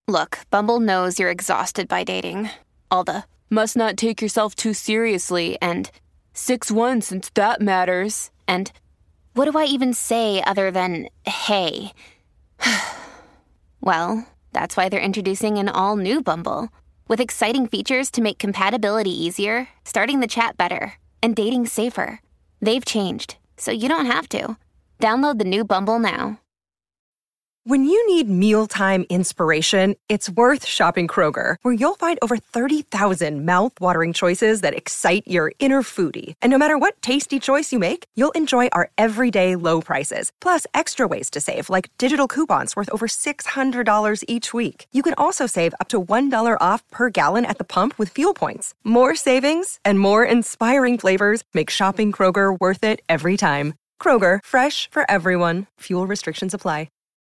Look, Bumble knows you're exhausted by dating. All the, must not take yourself too seriously, and 6'1" since that matters. And what do I even say other than, hey? Well, that's why they're introducing an all-new Bumble, with exciting features to make compatibility easier, starting the chat better, and dating safer. They've changed, so you don't have to. Download the new Bumble now. When you need mealtime inspiration, it's worth shopping Kroger, where you'll find over 30,000 mouth-watering choices that excite your inner foodie. And no matter what tasty choice you make, you'll enjoy our everyday low prices, plus extra ways to save, like digital coupons worth over $600 each week. You can also save up to $1 off per gallon at the pump with fuel points. More savings and more inspiring flavors make shopping Kroger worth it every time. Kroger, fresh for everyone. Fuel restrictions apply.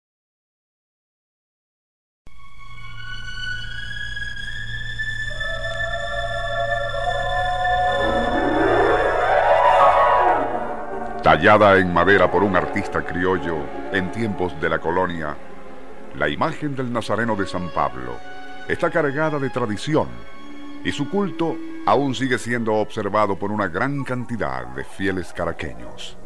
Tallada en madera por un artista criollo en tiempos de la colonia, la imagen del Nazareno de San Pablo está cargada de tradición y su culto aún sigue siendo observado por una gran cantidad de fieles caraqueños.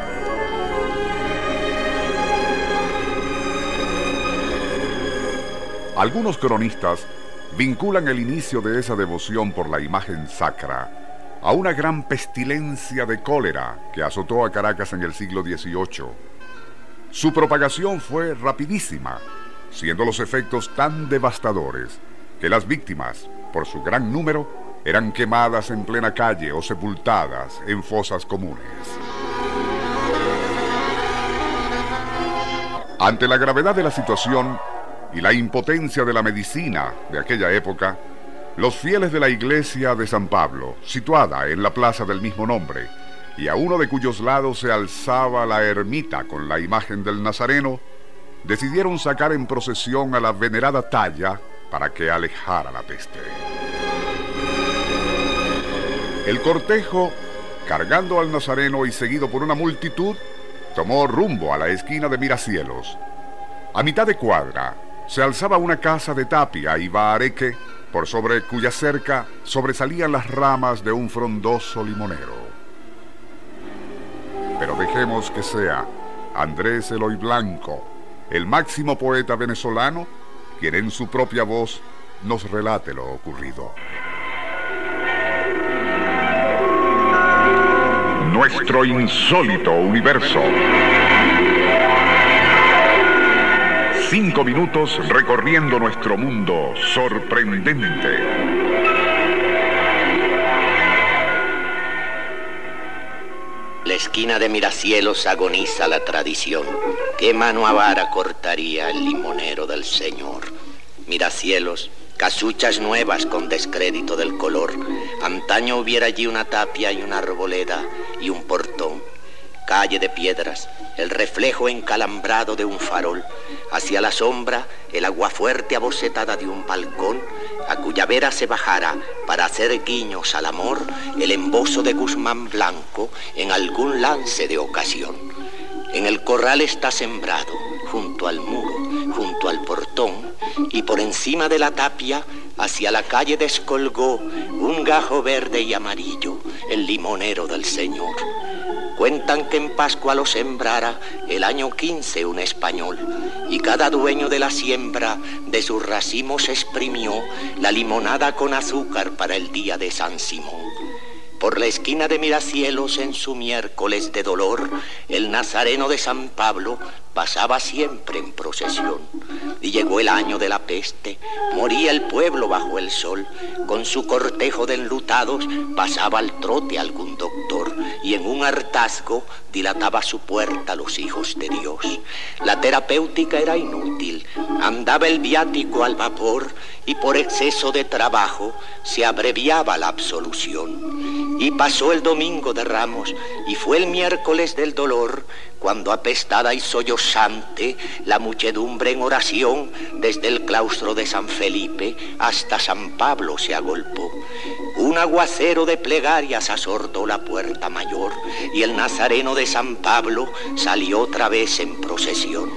Algunos cronistas vinculan el inicio de esa devoción por la imagen sacra a una gran pestilencia de cólera que azotó a Caracas en el siglo XVIII. Su propagación fue rapidísima, siendo los efectos tan devastadores que las víctimas, por su gran número, eran quemadas en plena calle o sepultadas en fosas comunes. Ante la gravedad de la situación y la impotencia de la medicina de aquella época, los fieles de la iglesia de San Pablo, situada en la plaza del mismo nombre, y a uno de cuyos lados se alzaba la ermita con la imagen del Nazareno, decidieron sacar en procesión a la venerada talla para que alejara la peste. El cortejo, cargando al Nazareno y seguido por una multitud, tomó rumbo a la esquina de Miracielos. A mitad de cuadra se alzaba una casa de tapia y bahareque, por sobre cuya cerca sobresalían las ramas de un frondoso limonero. Pero dejemos que sea Andrés Eloy Blanco, el máximo poeta venezolano, quien en su propia voz nos relate lo ocurrido. Nuestro insólito universo. 5 minutos recorriendo nuestro mundo sorprendente. La esquina de Miracielos agoniza la tradición. ¿Qué mano avara cortaría el limonero del Señor? Miracielos, casuchas nuevas con descrédito del color. Antaño hubiera allí una tapia y una arboleda y un portón. Calle de piedras, el reflejo encalambrado de un farol. Hacia la sombra, el aguafuerte abocetada de un balcón, a cuya vera se bajara, para hacer guiños al amor, el embozo de Guzmán Blanco en algún lance de ocasión. En el corral está sembrado, junto al muro, junto al portón, y por encima de la tapia, hacia la calle descolgó un gajo verde y amarillo, el limonero del Señor. Cuentan que en Pascua lo sembrara el año 15 un español, y cada dueño de la siembra de sus racimos exprimió la limonada con azúcar para el día de San Simón. Por la esquina de Miracielos en su miércoles de dolor, el Nazareno de San Pablo pasaba siempre en procesión. Y llegó el año de la peste, moría el pueblo bajo el sol, con su cortejo de enlutados pasaba al trote algún doctor, y en un hartazgo dilataba su puerta los hijos de Dios. La terapéutica era inútil, andaba el viático al vapor, y por exceso de trabajo se abreviaba la absolución. Y pasó el domingo de Ramos, y fue el miércoles del dolor, cuando apestada y sollozante la muchedumbre en oración desde el claustro de San Felipe hasta San Pablo se agolpó. Un aguacero de plegarias asordó la puerta mayor y el Nazareno de San Pablo salió otra vez en procesión.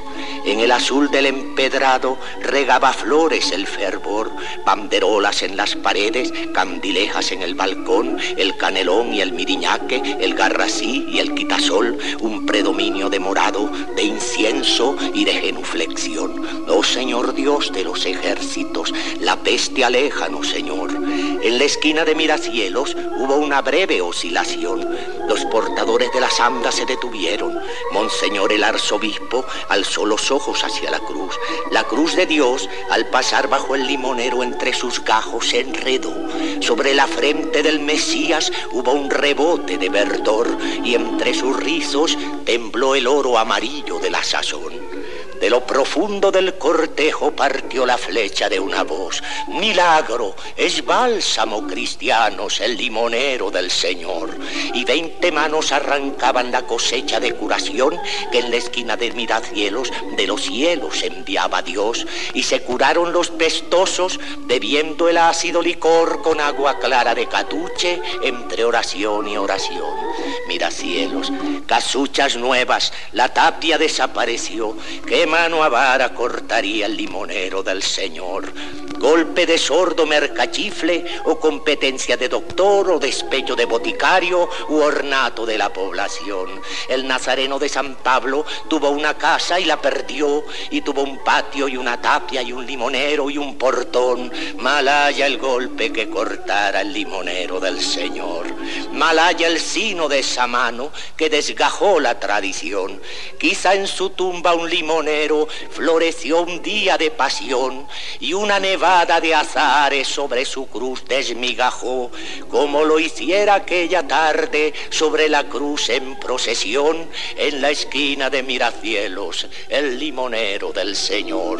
En el azul del empedrado regaba flores el fervor, banderolas en las paredes, candilejas en el balcón, el canelón y el miriñaque, el garrasí y el quitasol, un predominio de morado, de incienso y de genuflexión. Oh Señor Dios de los ejércitos, la peste aléjanos, Señor. En la esquina de Miracielos hubo una breve oscilación. Los portadores de las andas se detuvieron. Monseñor el arzobispo alzó los ojos hacia la cruz. La cruz de Dios, al pasar bajo el limonero entre sus gajos, se enredó. Sobre la frente del Mesías hubo un rebote de verdor y entre sus rizos tembló el oro amarillo de la sazón. De lo profundo del cortejo partió la flecha de una voz. Milagro, es bálsamo, cristianos, el limonero del Señor. Y 20 manos arrancaban la cosecha de curación que en la esquina de Miracielos de los cielos enviaba Dios. Y se curaron los pestosos bebiendo el ácido licor con agua clara de catuche entre oración y oración. Miracielos, casuchas nuevas, la tapia desapareció. ¿Qué mano avara cortaría el limonero del Señor? Golpe de sordo mercachifle o competencia de doctor o despecho de boticario u ornato de la población. El nazareno de San Pablo tuvo una casa y la perdió, y tuvo un patio y una tapia y un limonero y un portón. Mal haya el golpe que cortara el limonero del Señor. Mal haya el sino de esa mano que desgajó la tradición. Quizá en su tumba un limonero floreció un día de pasión y una nevada de azahares sobre su cruz desmigajó, como lo hiciera aquella tarde sobre la cruz en procesión en la esquina de Miracielos, el limonero del Señor.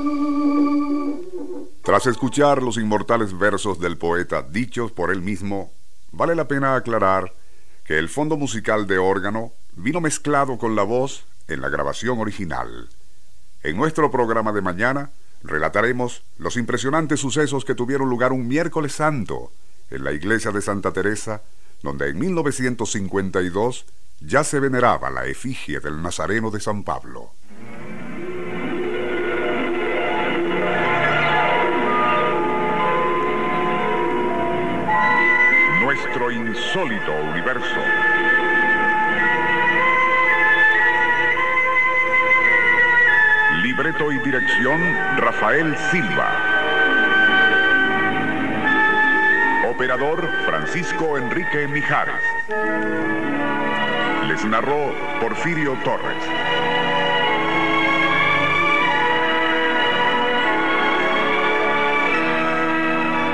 Tras escuchar los inmortales versos del poeta dichos por él mismo, vale la pena aclarar que el fondo musical de órgano vino mezclado con la voz en la grabación original. En nuestro programa de mañana relataremos los impresionantes sucesos que tuvieron lugar un miércoles santo en la iglesia de Santa Teresa, donde en 1952 ya se veneraba la efigie del Nazareno de San Pablo. Nuestro insólito universo. Libreto y dirección, Rafael Silva. Operador, Francisco Enrique Mijares. Les narró Porfirio Torres.